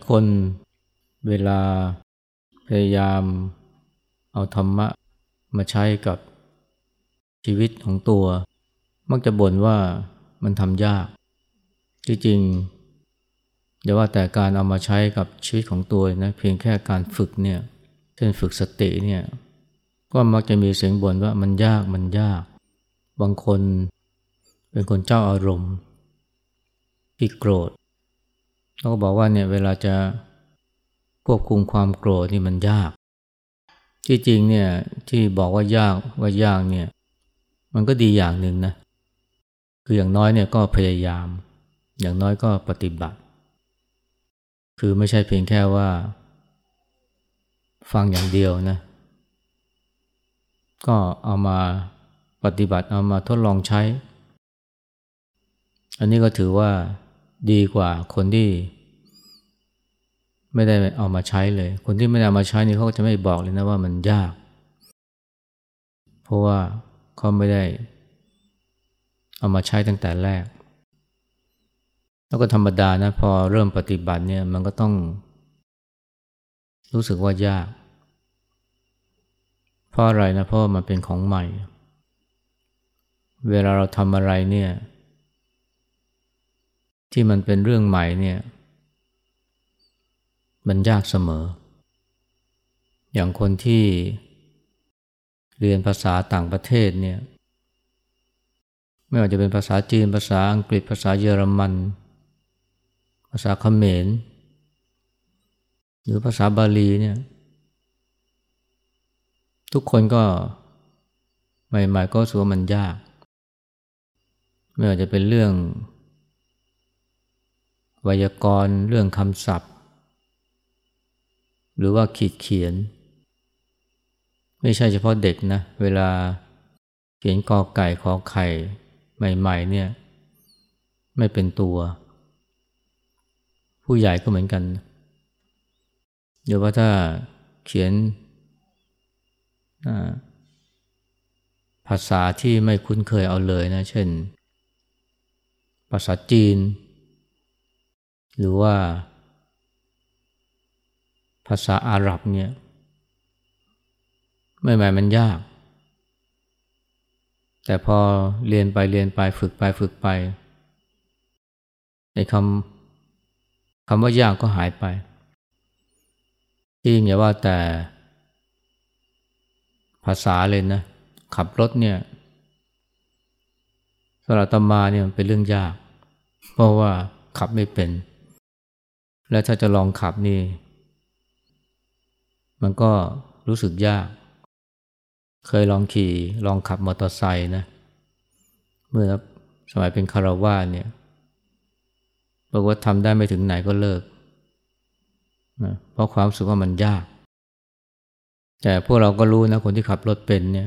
คนเวลาพยายามเอาธรรมะมาใช้กับชีวิตของตัวมักจะบ่นว่ามันทำยากที่จริงอย่าว่าแต่การเอามาใช้กับชีวิตของตัวนะเพียงแค่การฝึกเนี่ยเช่นฝึกสติเนี่ยก็มักจะมีเสียงบ่นว่ามันยากบางคนเป็นคนเจ้าอารมณ์ที่โกรธเขาก็บอกว่าเนี่ยเวลาจะควบคุมความโกรธนี่มันยากที่จริงเนี่ยที่บอกว่ายากเนี่ยมันก็ดีอย่างหนึ่งนะคืออย่างน้อยเนี่ยก็พยายามอย่างน้อยก็ปฏิบัติคือไม่ใช่เพียงแค่ว่าฟังอย่างเดียวนะก็เอามาปฏิบัติเอามาทดลองใช้อันนี้ก็ถือว่าดีกว่าคนที่ไม่ได้เอามาใช้เลยคนที่ไม่ได้เอามาใช้นี่เขาก็จะไม่บอกเลยนะว่ามันยากเพราะว่าเขาไม่ได้เอามาใช้ตั้งแต่แรกแล้วก็ธรรมดานะพอเริ่มปฏิบัติเนี่ยมันก็ต้องรู้สึกว่ายากเพราะอะไรนะเพราะมันเป็นของใหม่เวลาเราทำอะไรเนี่ยที่มันเป็นเรื่องใหม่เนี่ยมันยากเสมออย่างคนที่เรียนภาษาต่างประเทศเนี่ยไม่ว่าจะเป็นภาษาจีนภาษาอังกฤษภาษาเยอรมันภาษาเขมรหรือภาษาบาลีเนี่ยทุกคนก็ใหม่ๆก็รู้สึกว่ามันยากไม่ว่าจะเป็นเรื่องไวยากรณ์เรื่องคำศัพท์หรือว่าขีดเขียนไม่ใช่เฉพาะเด็กนะเวลาเขียนกอไก่ขอไข่ใหม่ๆเนี่ยไม่เป็นตัวผู้ใหญ่ก็เหมือนกันเดี๋ยวว่าถ้าเขียนภาษาที่ไม่คุ้นเคยเอาเลยนะเช่นภาษาจีนหรือว่าภาษาอาหรับเนี่ยใหม่ๆมันยากแต่พอเรียนไปฝึกไปในคำว่ายากก็หายไปที่อย่าว่าแต่ภาษาเลยนะขับรถเนี่ยสำหรับอาตมาเนี่ยมันเป็นเรื่องยากเพราะว่าขับไม่เป็นและถ้าจะลองขับนี่มันก็รู้สึกยากเคยลองขับมอเตอร์ไซค์นะเมื่อสมัยเป็นคฤหัสถ์เนี่ยบอกว่าทำได้ไม่ถึงไหนก็เลิกนะเพราะความรู้สึกว่ามันยากแต่พวกเราก็รู้นะคนที่ขับรถเป็นเนี่ย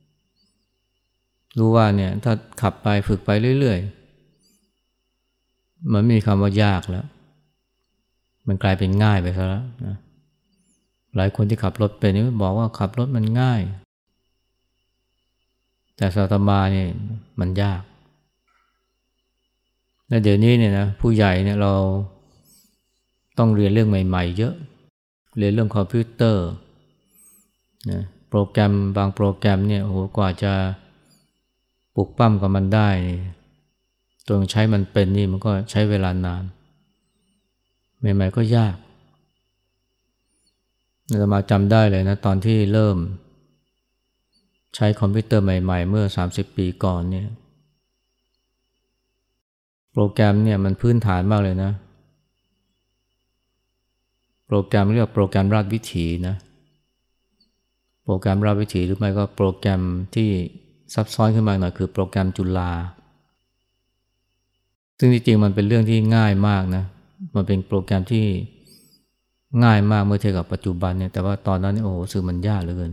รู้ว่าเนี่ยถ้าขับไปฝึกไปเรื่อยๆมันไม่มีคำว่ายากแล้วมันกลายเป็นง่ายไปซะแล้วนะหลายคนที่ขับรถเป็นนี่บอกว่าขับรถมันง่ายแต่สำหรับอาตมาเนี่ยมันยากและเดี๋ยวนี้เนี่ยนะผู้ใหญ่เนี่ยเราต้องเรียนเรื่องใหม่ๆเยอะเรียนเรื่องคอมพิวเตอร์นะโปรแกรมบางโปรแกรมเนี่ยโอ้โหกว่าจะปลุกปั้มกับมันได้จนใช้มันเป็นนี่มันก็ใช้เวลานานใหม่ๆก็ยากอาตมาจำได้เลยนะตอนที่เริ่มใช้คอมพิวเตอร์ใหม่ๆเมื่อ30 ปีก่อนเนี่ยโปรแกรมเนี่ยมันพื้นฐานมากเลยนะโปรแกรมเรียกว่าโปรแกรมราชวิถีนะโปรแกรมราชวิถีหรือไม่ก็โปรแกรมที่ซับซ้อนขึ้นมาหน่อยคือโปรแกรมจุฬาซึ่งจริงๆมันเป็นเรื่องที่ง่ายมากนะมันเป็นโปรแกรมที่ง่ายมากเมื่อเทียบกับปัจจุบันเนี่ยแต่ว่าตอนนั้นเนี่ยโอ้โหสื่อมันยากเหลือเกิน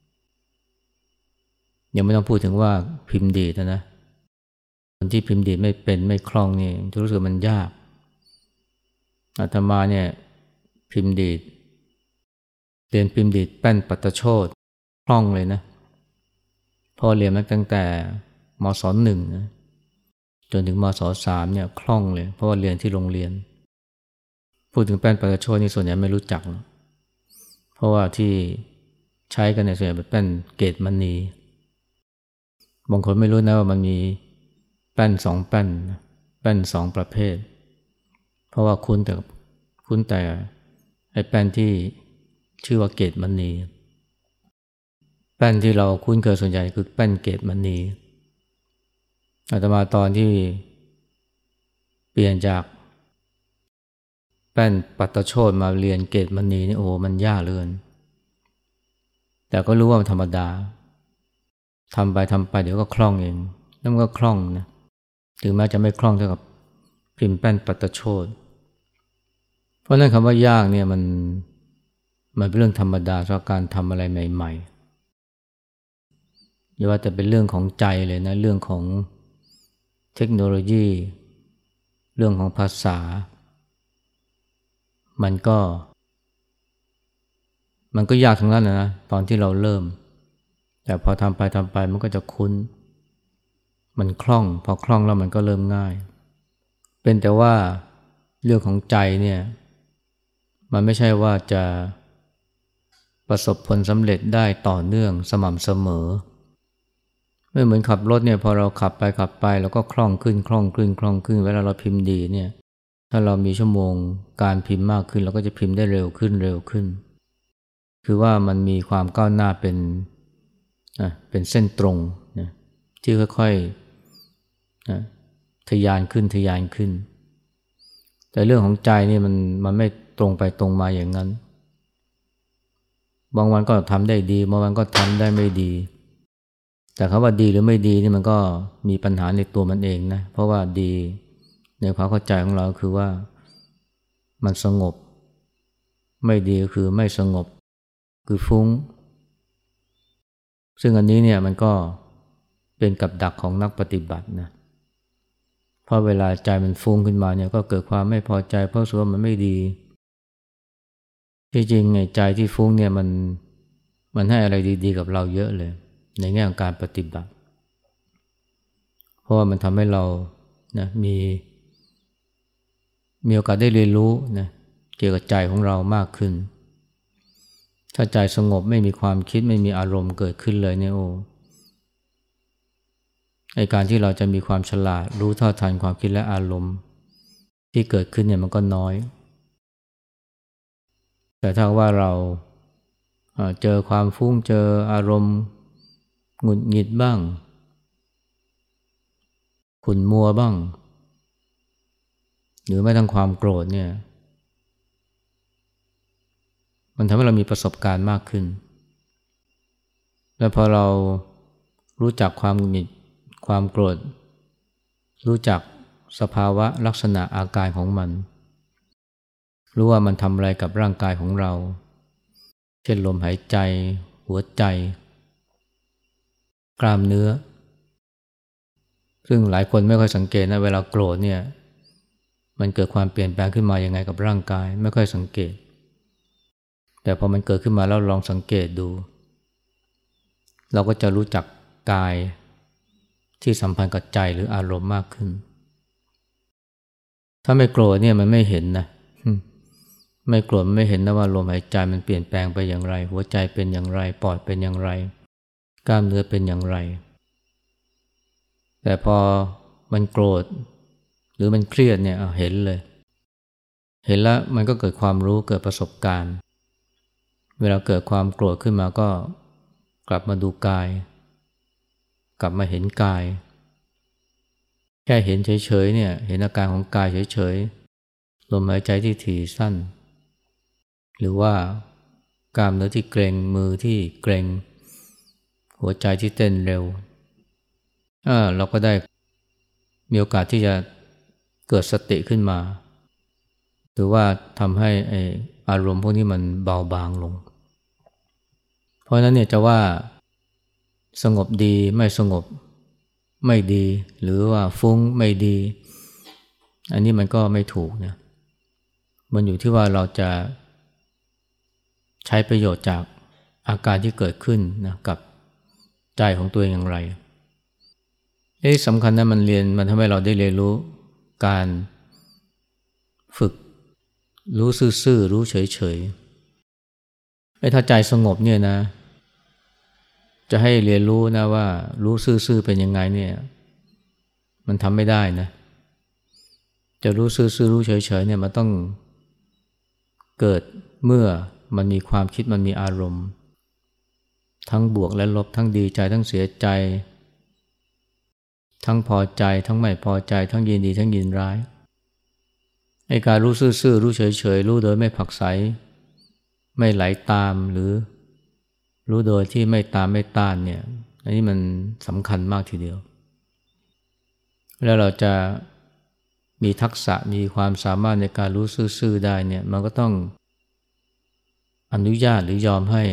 ยังไม่ต้องพูดถึงว่าพิมพ์ดีดนะคนที่พิมพ์ดีดไม่เป็นไม่คล่องนี่จะรู้สึกมันยากอาตมาเนี่ยพิมพ์ดีดเรียนพิมพ์ดีดแป้นปัตตโชติคล่องเลยนะพอเรียนมาตั้งแต่มศ.1 นะจนถึงมศ.3เนี่ยคล่องเลยเพราะว่าเรียนที่โรงเรียนพูดถึงแป้นปาราโชตนี่ส่วนใหญ่ไม่รู้จักนะเพราะว่าที่ใช้กันในส่วนใหญ่เป็นแป้นเกรดมณีบางคนไม่รู้นะว่ามันมีแป้นสองแป้นแป้นสองประเภทเพราะว่าคุ้นแต่ไอ้แป้นที่ชื่อว่าเกรดมณีแป้นที่เราคุ้นเคยส่วนใหญ่คือแป้นเกรดมณีอาตมาตอนที่เปลี่ยนจากแป้นปัตตโชตมาเรียนเกรดมณีนี่โอ้มันยากเหลือเกินแต่ก็รู้ว่ามันธรรมดาทำไปเดี๋ยวก็คล่องเองแล้วมันก็คล่องนะถึงแม้จะไม่คล่องเท่ากับพิมพ์แป้นปัตตโชตเพราะนั้นคำว่ายากเนี่ยมันเป็นเรื่องธรรมดาสำหรับการทำอะไรใหม่ๆอย่าว่าแต่เป็นเรื่องของใจเลยนะเรื่องของเทคโนโลยีเรื่องของภาษามันก็ยากทั้งนั้นนะตอนที่เราเริ่มแต่พอทำไปมันก็จะคุ้นมันคล่องพอคล่องแล้วมันก็เริ่มง่ายเป็นแต่ว่าเรื่องของใจเนี่ยมันไม่ใช่ว่าจะประสบผลสำเร็จได้ต่อเนื่องสม่ำเสมอไม่เหมือนขับรถเนี่ยพอเราขับไปแล้วก็คล่องขึ้นเวลาเราพิมพ์ดีเนี่ยถ้าเรามีชั่วโมงการพิมพ์มากขึ้นเราก็จะพิมพ์ได้เร็วขึ้นคือว่ามันมีความก้าวหน้าเป็นเส้นตรงนะที่ค่อยๆนะทะยานขึ้นแต่เรื่องของใจนี่มันไม่ตรงไปตรงมาอย่างนั้นบางวันก็ทำได้ดีบางวันก็ทำได้ไม่ดีแต่คำว่าดีหรือไม่ดีนี่มันก็มีปัญหาในตัวมันเองนะเพราะว่าดีในความเข้าใจของเราคือว่ามันสงบไม่ดีก็คือไม่สงบคือฟุ้งซึ่งอันนี้เนี่ยมันก็เป็นกับดักของนักปฏิบัตินะเพราะเวลาใจมันฟุ้งขึ้นมาเนี่ยก็เกิดความไม่พอใจเพราะรู้สึกว่ามันไม่ดีที่จริงไอ้ใจที่ฟุ้งเนี่ยมันให้อะไรดีๆกับเราเยอะเลยในแง่ของการปฏิบัติเพราะว่ามันทำให้เรานะมีโอกาสได้เรียนรู้นะเกี่ยวกับใจของเรามากขึ้นถ้าใจสงบไม่มีความคิดไม่มีอารมณ์เกิดขึ้นเลยเนี่ยไอ้การที่เราจะมีความฉลาดรู้เท่าทันความคิดและอารมณ์ที่เกิดขึ้นเนี่ยมันก็น้อยแต่ถ้าว่าเราเจอความฟุ้งเจออารมณ์หงุดหงิดบ้างขุ่นมัวบ้างหรือแม้ทั้งความโกรธเนี่ยมันทำให้เรามีประสบการณ์มากขึ้นและพอเรารู้จักความหงุดหงิดความโกรธรู้จักสภาวะลักษณะอาการของมันรู้ว่ามันทำอะไรกับร่างกายของเราเช่นลมหายใจหัวใจกล้ามเนื้อซึ่งหลายคนไม่ค่อยสังเกตนะเวลาโกรธเนี่ยมันเกิดความเปลี่ยนแปลงขึ้นมายังไงกับร่างกายไม่ค่อยสังเกตแต่พอมันเกิดขึ้นมาแล้วลองสังเกตดูเราก็จะรู้จักกายที่สัมพันธ์กับใจหรืออารมณ์มากขึ้นถ้าไม่โกรธเนี่ยมันไม่เห็นนะไม่โกรธมันไม่เห็นนะว่าลมหายใจมันเปลี่ยนแปลงไปอย่างไรหัวใจเป็นอย่างไรปอดเป็นอย่างไรกล้ามเนื้อเป็นอย่างไรแต่พอมันโกรธหรือมันเครียดเนี่ยเห็นเลยเห็นแล้วมันก็เกิดความรู้เกิดประสบการณ์เวลาเกิดความโกรธขึ้นมาก็กลับมาดูกายกลับมาเห็นกายแค่เห็นเฉยๆเนี่ยเห็นอาการของกายเฉยๆลมหายใจที่ถี่สั้นหรือว่ากล้ามเนื้อที่เกร็งมือที่เกร็งหัวใจที่เต้นเร็วเราก็ได้มีโอกาสที่จะเกิดสติขึ้นมาหรือว่าทำให้อารมณ์พวกนี้มันเบาบางลงเพราะฉะนั้นเนี่ยจะว่าสงบดีไม่สงบไม่ดีหรือว่าฟุ้งไม่ดีอันนี้มันก็ไม่ถูกนะมันอยู่ที่ว่าเราจะใช้ประโยชน์จากอาการที่เกิดขึ้นนะกับใจของตัวเองอย่างไรสำคัญนะมันทำให้เราได้เรียนรู้การฝึกรู้ซื่อๆรู้เฉยๆถ้าใจสงบเนี่ยนะจะให้เรียนรู้นะว่ารู้ซื่อๆเป็นยังไงเนี่ยมันทำไม่ได้นะจะรู้ซื่อๆรู้เฉยๆเนี่ยมันต้องเกิดเมื่อมันมีความคิดมันมีอารมณ์ทั้งบวกและลบทั้งดีใจทั้งเสียใจทั้งพอใจทั้งไม่พอใจทั้งยินดีทั้งยินร้ายไอ้การรู้ซื่อๆรู้เฉยๆรู้โดยไม่ผักใสไม่ไหลตามหรือรู้โดยที่ไม่ตามไม่ต้านเนี่ยอันนี้มันสำคัญมากทีเดียวแล้วเราจะมีทักษะมีความสามารถในการรู้ซื่อๆได้เนี่ยมันก็ต้องอนุญาตหรือยอมให้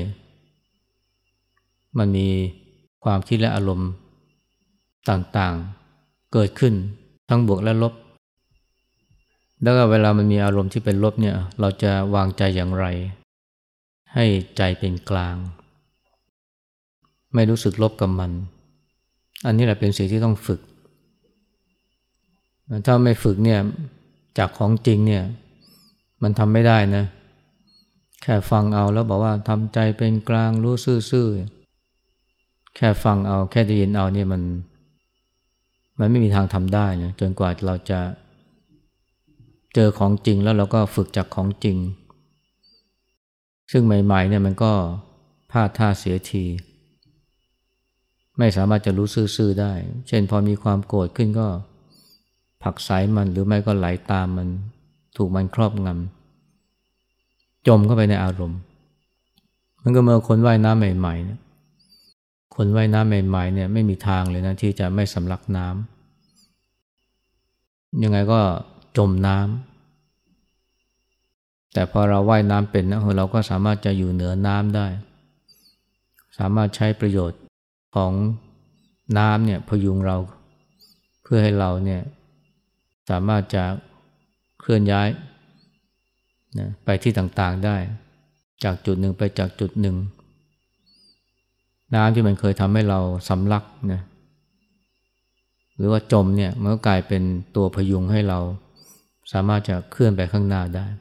มันมีความคิดและอารมณ์ต่างๆเกิดขึ้นทั้งบวกและลบแล้วก็เวลามันมีอารมณ์ที่เป็นลบเนี่ยเราจะวางใจอย่างไรให้ใจเป็นกลางไม่รู้สึกลบกับมันอันนี้แหละเป็นสิ่งที่ต้องฝึกถ้าไม่ฝึกเนี่ยจากของจริงเนี่ยมันทำไม่ได้นะแค่ฟังเอาแล้วบอกว่าทำใจเป็นกลางรู้ซื่อๆแค่ฟังเอาแค่ได้ยินเอาเนี่ยมันไม่มีทางทำได้นะจนกว่าเราจะเจอของจริงแล้วเราก็ฝึกจากของจริงซึ่งใหม่ๆเนี่ยมันก็พลาดท่าเสียทีไม่สามารถจะรู้ซื่อๆได้เช่นพอมีความโกรธขึ้นก็ผลักไสมันหรือไม่ก็ไหลตามมันถูกมันครอบงำจมเข้าไปในอารมณ์มันก็เมื่อคนว่ายน้ำใหม่ๆเนี่ยคนว่ายน้ำใหม่ๆเนี่ยไม่มีทางเลยนะที่จะไม่สำลักน้ำยังไงก็จมน้ำแต่พอเราว่ายน้ำเป็นนะเราก็สามารถจะอยู่เหนือน้ำได้สามารถใช้ประโยชน์ของน้ำเนี่ยพยุงเราเพื่อให้เราเนี่ยสามารถจะเคลื่อนย้ายนะไปที่ต่างๆได้จากจุดหนึ่งไปจากจุดหนึ่งน้ำที่มันเคยทำให้เราสำลักนะหรือว่าจมเนี่ยมันก็กลายเป็นตัวพยุงให้เราสามารถจะเคลื่อนไปข้างหน้าได้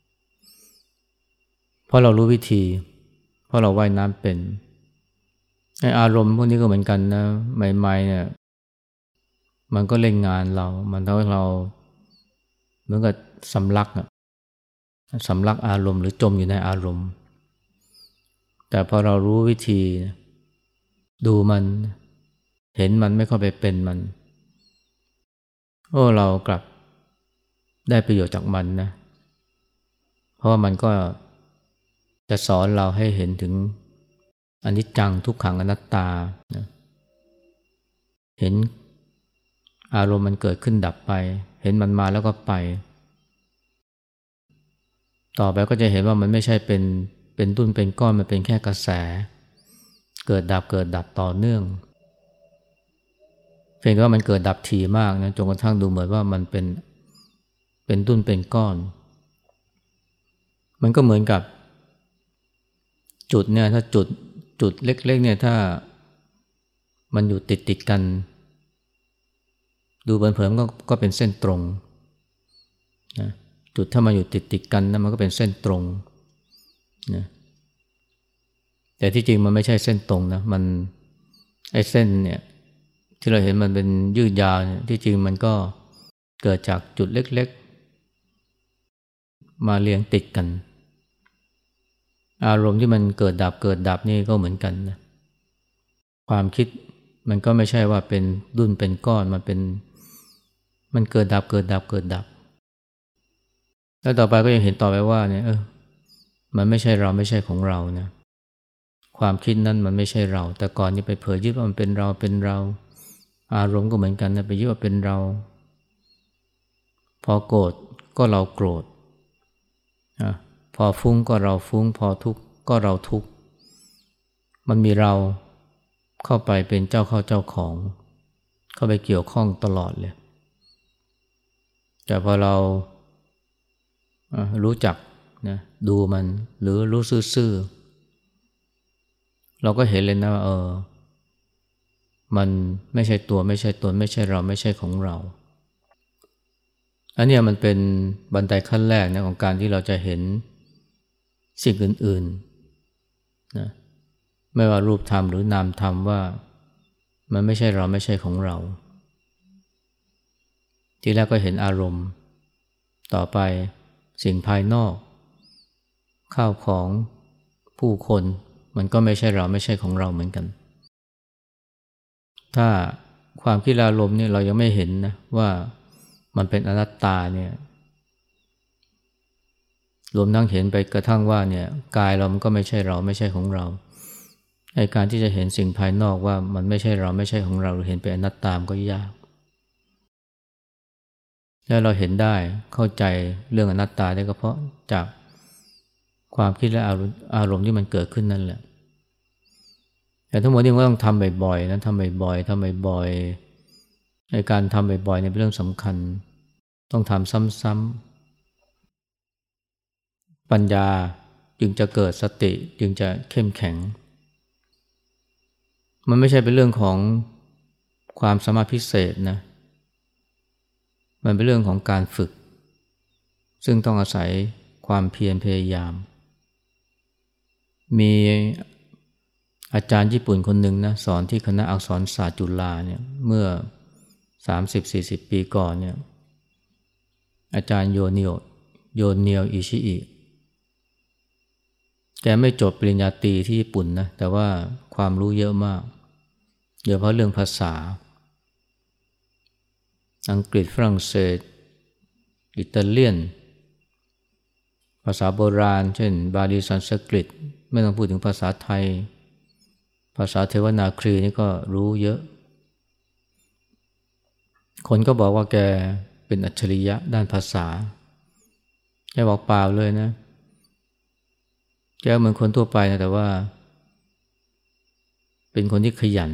เพราะเรารู้วิธีเพราะเราว่ายน้ำเป็นไอ้อารมณ์พวกนี้ก็เหมือนกันนะใหม่ๆเนี่ยมันก็เล่นงานเรามันทำให้เราเหมือนกับสำลักอะสำลักอารมณ์หรือจมอยู่ในอารมณ์แต่พอเรารู้วิธีดูมันเห็นมันไม่เข้าไปเป็นมันเรากลับได้ประโยชน์จากมันนะเพราะว่ามันก็จะสอนเราให้เห็นถึงอนิจจังทุกขังอนัตตานะเห็นอารมณ์มันเกิดขึ้นดับไปเห็นมันมาแล้วก็ไปต่อไปก็จะเห็นว่ามันไม่ใช่เป็นตุ้นเป็นก้อนมันเป็นแค่กระแสเกิดดับเกิดดับต่อเนื่องเพียงแต่ว่ามันเกิดดับถี่มากนะจนกระทั่งดูเหมือนว่ามันเป็นตุ้นเป็นก้อนมันก็เหมือนกับจุดเนี่ยถ้าจุดเล็กๆเนี่ยถ้ามันอยู่ติดกันดูเผินๆก็เป็นเส้นตรงนะจุดถ้ามันอยู่ติดกันนะมันก็เป็นเส้นตรงนะแต่ที่จริงมันไม่ใช่เส้นตรงนะมันไอ้เส้นเนี่ยที่เราเห็นมันเป็นยืดยาวเนี่ยที่จริงมันก็เกิดจากจุดเล็กๆมาเรียงติดกันอารมณ์ที่มันเกิดดับนี่ก็เหมือนกันนะความคิดมันก็ไม่ใช่ว่าเป็นดุ้นเป็นก้อนมันเกิดดับแล้วต่อไปก็ยังเห็นต่อไปว่าเนี่ยมันไม่ใช่เราไม่ใช่ของเรานะความคิดนั้นมันไม่ใช่เราแต่ก่อนนี่ไปเผยยึดว่ามันเป็นเราอารมณ์ก็เหมือนกันนะไปยึดว่าเป็นเราพอโกรธก็เราโกรธพอฟุ้งก็เราฟุ้งพอทุกข์ก็เราทุกข์มันมีเราเข้าไปเป็นเจ้าเข้าเจ้าของเข้าไปเกี่ยวข้องตลอดเลยแต่พอเรารู้จักนะดูมันหรือรู้ซื่อๆเราก็เห็นเลยนะว่ามันไม่ใช่ตัวไม่ใช่ตนไม่ใช่เราไม่ใช่ของเราอันเนี้ยมันเป็นบันไดขั้นแรกนะของการที่เราจะเห็นสิ่งอื่นๆนะไม่ว่ารูปธรรมหรือนามธรรมว่ามันไม่ใช่เราไม่ใช่ของเราทีแรกก็เห็นอารมณ์ต่อไปสิ่งภายนอกข้าวของผู้คนมันก็ไม่ใช่เราไม่ใช่ของเราเหมือนกันถ้าความคิดอารมณ์เนี่ยเรายังไม่เห็นนะว่ามันเป็นอนัตตาเนี่ยรวมทั้งเห็นไปกระทั่งว่าเนี่ยกายเรามันก็ไม่ใช่เราไม่ใช่ของเราในการที่จะเห็นสิ่งภายนอกว่ามันไม่ใช่เราไม่ใช่ของเราหรือเห็นเป็นอนัตตามก็ยากแล้วเราเห็นได้เข้าใจเรื่องอนัตตาได้ก็เพราะจากความคิดและอารมณ์ที่มันเกิดขึ้นนั่นแหละแต่ทั้งหมดนี้มันก็ต้องทำบ่อยๆนะทำบ่อยๆทำบ่อยๆในการทำบ่อยๆเนี่ยเป็นเรื่องสำคัญต้องทำซ้ำๆปัญญาจึงจะเกิดสติจึงจะเข้มแข็งมันไม่ใช่เป็นเรื่องของความสามารถพิเศษนะมันเป็นเรื่องของการฝึกซึ่งต้องอาศัยความเพียรพยายามมีอาจารย์ญี่ปุ่นคนหนึ่งนะสอนที่คณะอักษรศาสตร์จุฬาเนี่ยเมื่อ 30-40 ปีก่อนเนี่ยอาจารย์โยเนียวอิชิอิแกไม่จบปริญญาตรีที่ญี่ปุ่นนะแต่ว่าความรู้เยอะมากโดยเฉพาะเรื่องภาษาอังกฤษฝรั่งเศสอิตาเลียนภาษาโบราณเช่นบาลีสันสกฤตไม่ต้องพูดถึงภาษาไทยภาษาเทวนาครีนี่ก็รู้เยอะคนก็บอกว่าแกเป็นอัจฉริยะด้านภาษาแกบอกเปล่าเลยนะแกเหมือนคนทั่วไปนะแต่ว่าเป็นคนที่ขยัน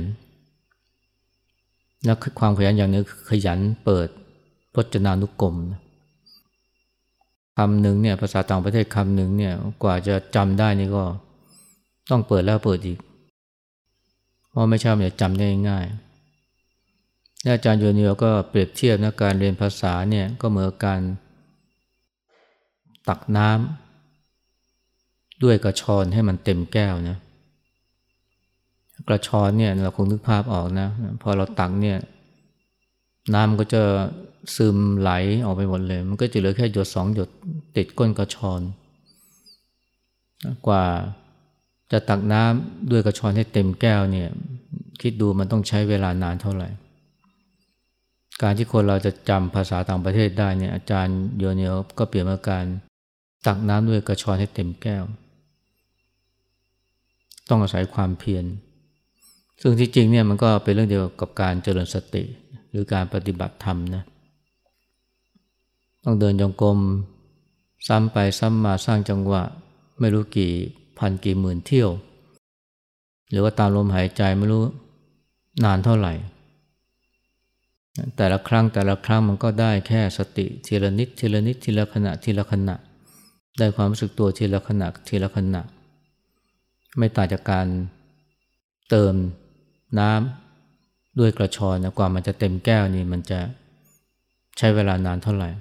และความขยันอย่างนึงขยันเปิดพจนานุกรมคำหนึ่งเนี่ยภาษาต่างประเทศคำหนึ่งเนี่ยกว่าจะจำได้นี่ก็ต้องเปิดแล้วเปิดอีกเพราะไม่ใช่มันจะจำได้ง่ายและอาจารย์โยนิโอก็เปรียบเทียบนะการเรียนภาษาเนี่ยก็เหมือนการตักน้ำด้วยกระชอนให้มันเต็มแก้วนะกระชอนเนี่ยเราคงนึกภาพออกนะพอเราตักเนี่ยน้ำก็จะซึมไหลออกไปหมดเลยมันก็จะเหลือแค่หยดสองหยดติดก้นกระชอนกว่าจะตักน้ำด้วยกระชอนให้เต็มแก้วเนี่ยคิดดูมันต้องใช้เวลานานเท่าไหร่การที่คนเราจะจำภาษาต่างประเทศได้เนี่ยอาจารย์โยเนียวก็เปรียบเหมือนการตักน้ำด้วยกระชอนให้เต็มแก้วต้องอาศัยความเพียรซึ่งที่จริงเนี่ยมันก็เป็นเรื่องเดียวกับการเจริญสติหรือการปฏิบัติธรรมนะต้องเดินจงกรมซ้ำไปซ้ำมาสร้างจังหวะไม่รู้กี่พันกี่หมื่นเที่ยวหรือว่าตามลมหายใจไม่รู้นานเท่าไหร่แต่ละครั้งมันก็ได้แค่สติทีละนิดทีละนิดทีละขณะทีละขณะได้ความรู้สึกตัวทีละขณะทีละขณะไม่ต่างจากการเติมน้ำด้วยกระชอนนะกว่ามันจะเต็มแก้วนี่มันจะใช้เวลานานเท่าไหร่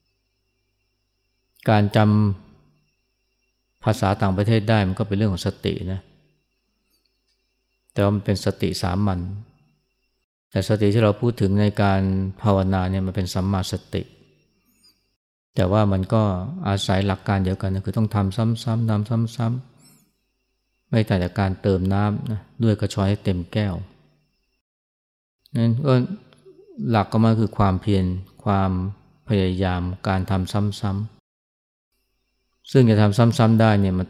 การจำภาษาต่างประเทศได้มันก็เป็นเรื่องของสตินะแต่ว่ามันเป็นสติสามัญแต่สติที่เราพูดถึงในการภาวนาเนี่ยมันเป็นสัมมาสติแต่ว่ามันก็อาศัยหลักการเดียวกันนะคือต้องทำซ้ำๆทำซ้ำๆไม่แต่จากการเติมน้ำนะด้วยกระชอนให้เต็มแก้วนั่นก็หลักก็มาคือความเพียรความพยายามการทำซ้ำๆซึ่งจะทำซ้ำๆได้เนี่ยมัน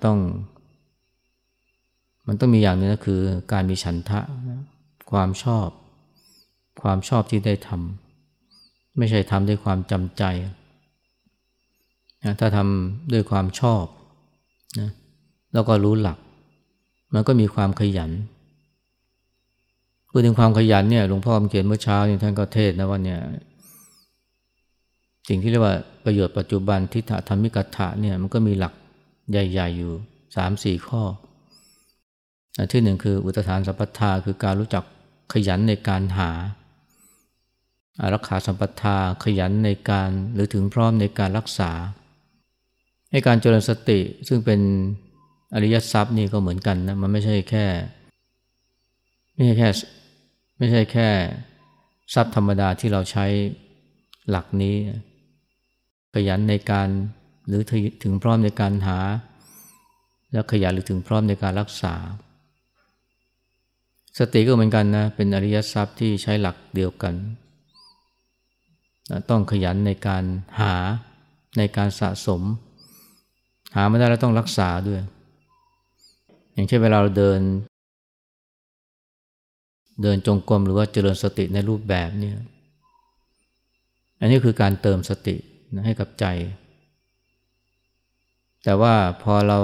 ต้องมีอย่างนึงก็คือการมีฉันทะความชอบที่ได้ทำไม่ใช่ทำด้วยความจำใจนะถ้าทำด้วยความชอบนะแล้วก็รู้หลักมันก็มีความขยันพูดถึงความขยันเนี่ยหลวงพ่อคำเขียนเมื่อเช้านี่ท่านก็เทศนะว่าเนี่ยสิ่งที่เรียกว่าประโยชน์ปัจจุบันทิฏฐธรรมิกถะเนี่ยมันก็มีหลักใหญ่ๆอยู่ 3-4 ข้อที่หนึ่งคืออุตฐานสัพพทาคือการรู้จักขยันในการหาอารักขาสัมปทาขยันในการหรือถึงพร้อมในการรักษาให้การเจริญสติซึ่งเป็นอริยทรัพย์นี่ก็เหมือนกันนะมันไม่ใช่แค่ไม่ใช่แค่ไม่ใช่แค่ทรัพย์ธรรมดาที่เราใช้หลักนี้ขยันในการหรือถึงพร้อมในการหาและขยันหรือถึงพร้อมในการรักษาสติก็เหมือนกันนะเป็นอริยทรัพย์ที่ใช้หลักเดียวกันต้องขยันในการหาในการสะสมหาไม่ได้แล้วต้องรักษาด้วยอย่างเช่นเวลาเราเดินจงกรมหรือว่าเจริญสติในรูปแบบเนี่ยอันนี้คือการเติมสติให้กับใจแต่ว่าพอเรา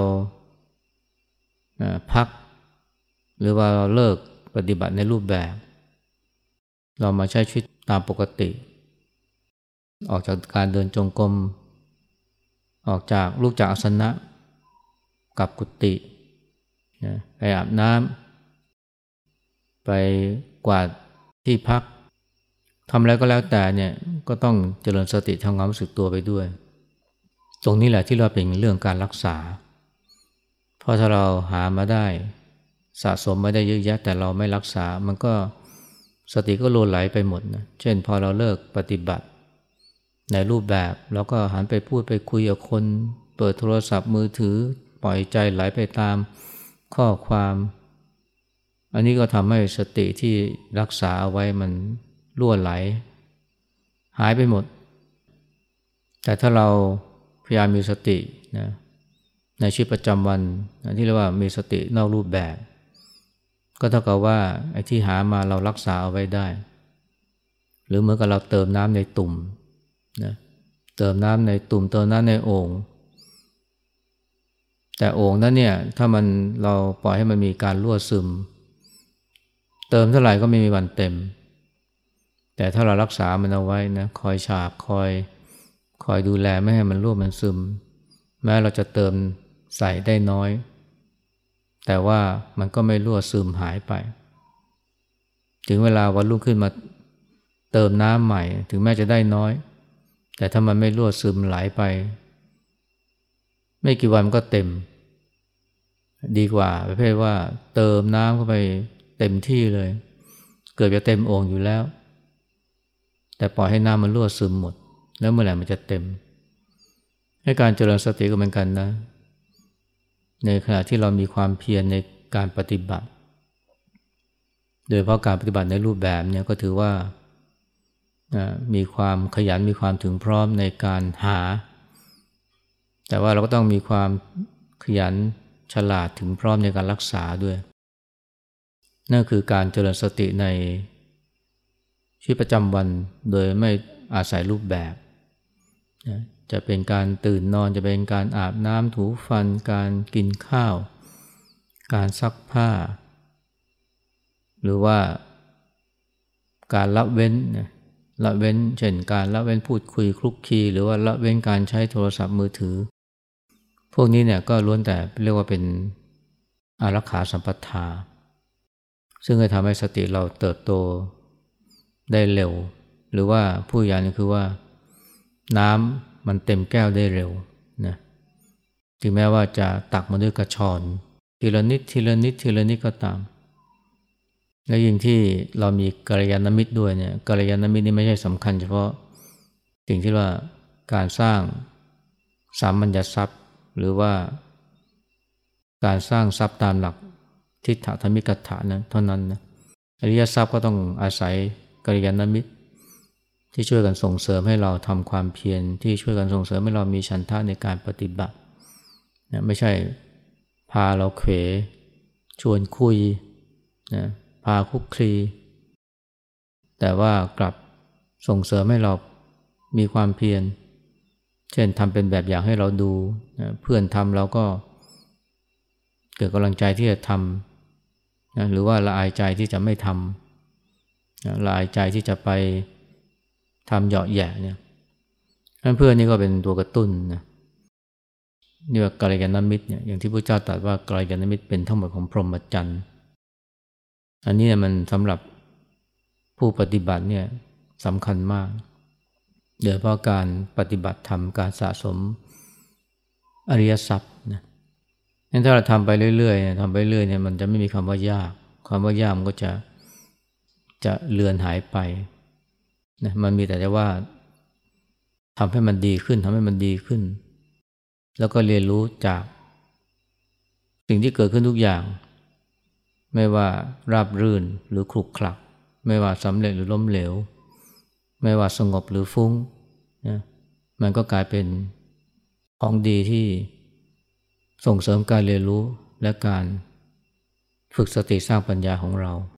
พักหรือว่าเราเลิกปฏิบัติในรูปแบบเรามาใช้ชีวิตตามปกติออกจากการเดินจงกรมออกจากลุกจากอาสนะกลับกุฏิไปอาบน้ำไปกวาดที่พักทำอะไรก็แล้วแต่เนี่ยก็ต้องเจริญสติทำความรู้สึกตัวไปด้วยตรงนี้แหละที่เราเป็นเรื่องการรักษาเพราะถ้าเราหามาได้สะสมมาได้เยอะแยะแต่เราไม่รักษามันก็สติก็โลดไหลไปหมดนะเช่นพอเราเลิกปฏิบัติในรูปแบบเราก็หันไปพูดไปคุยกับคนเปิดโทรศัพท์มือถือปล่อยใจไหลไปตามข้อความอันนี้ก็ทำให้สติที่รักษาเอาไว้มันรั่วไหลหายไปหมดแต่ถ้าเราพยายามมีสตินะในชีวิตประจำวันที่เรียกว่ามีสตินอกรูปแบบก็เท่ากับว่าไอ้ที่หามาเรารักษาเอาไว้ได้หรือเหมือนกับเราเติมน้ำในตุ่มนะเติมน้ำในตุ่มเติมน้ำในโอ่งแต่โอ่งนั้นเนี่ยถ้าเราปล่อยให้มันมีการรั่วซึมเติมเท่าไหร่ก็ไม่มีวันเต็มแต่ถ้าเรารักษามันเอาไว้นะคอยฉาบคอยดูแลไม่ให้มันรั่วมันซึมแม้เราจะเติมใส่ได้น้อยแต่ว่ามันก็ไม่รั่วซึมหายไปถึงเวลาวันรุ่งขึ้นมาเติมน้ำใหม่ถึงแม้จะได้น้อยแต่ถ้ามันไม่รั่วซึมไหลไปไม่กี่วันมันก็เต็มดีกว่าประเภทว่าเติมน้ำเข้าไปเต็มที่เลยเกือบจะเต็มโอ่งอยู่แล้วแต่ปล่อยให้น้ำมันรั่วซึมหมดแล้วเมื่อไหร่มันจะเต็มให้การเจริญสติก็เหมือนกันนะในขณะที่เรามีความเพียรในการปฏิบัติโดยเพราะการปฏิบัติในรูปแบบเนี่ยก็ถือว่ามีความขยันมีความถึงพร้อมในการหาแต่ว่าเราก็ต้องมีความขยันฉลาดถึงพร้อมในการรักษาด้วยนั่นคือการเจริญสติในชีวิตประจำวันโดยไม่อาศัยรูปแบบจะเป็นการตื่นนอนจะเป็นการอาบน้ำถูฟันการกินข้าวการซักผ้าหรือว่าการละเว้นเช่นการละเว้นพูดคุยคลุกคลีหรือว่าละเว้นการใช้โทรศัพท์มือถือพวกนี้เนี่ยก็ล้วนแต่เรียกว่าเป็นอารักขาสัมปทาซึ่งจะทำให้สติเราเติบโตได้เร็วหรือว่าผู้อย่างนึงคือว่าน้ำมันเต็มแก้วได้เร็วนะถึงแม้ว่าจะตักมาด้วยกระชอนทีละนิดทีละนิดทีละนิดก็ตามและยิ่งที่เรามีกัลยาณมิตรด้วยเนี่ยกัลยาณมิตรนี่ไม่ใช่สำคัญเฉพาะสิ่งที่ว่าการสร้างสามัญญทรัพย์หรือว่าการสร้างทรัพย์ตามหลักทิฏฐธรรมิกถานะเท่านั้นนะอริยทรัพย์ก็ต้องอาศัยกัลยาณมิตรที่ช่วยกันส่งเสริมให้เราทำความเพียรที่ช่วยกันส่งเสริมให้เรามีฉันทะในการปฏิบัตินะไม่ใช่พาเราเขวชวนคุยนะพาคุกคลีแต่ว่ากลับส่งเสริมให้เรามีความเพียรเช่นทำเป็นแบบอย่างให้เราดูนะเพื่อนทำเราก็เกิดกำลังใจที่จะทำนะหรือว่าละอายใจที่จะไม่ทำนะละอายใจที่จะไปทำเหยาะแหย่เนี่ยเพื่อนนี่ก็เป็นตัวกระตุ้นนะนี่ว่ากัลยาณมิตรเนี่ยอย่างที่พระเจ้าตรัสว่ากัลยาณมิตรเป็นทั้งหมดของพรหมจรรย์อันนี้มันสำหรับผู้ปฏิบัติเนี่ยสำคัญมากโดยเฉพาะการปฏิบัติธรรมการสะสมอริยทรัพย์นะงั้นถ้าเราทำไปเรื่อยๆเนี่ยทำไปเรื่อยเนี่ยมันจะไม่มีคำว่ายากคำว่ายากมันก็จะเลือนหายไปนะมันมีแต่ว่าทำให้มันดีขึ้นทำให้มันดีขึ้นแล้วก็เรียนรู้จากสิ่งที่เกิดขึ้นทุกอย่างไม่ว่าราบรื่นหรือขรุขระไม่ว่าสำเร็จหรือล้มเหลวไม่ว่าสงบหรือฟุ้งนะมันก็กลายเป็นของดีที่ส่งเสริมการเรียนรู้และการฝึกสติสร้างปัญญาของเรา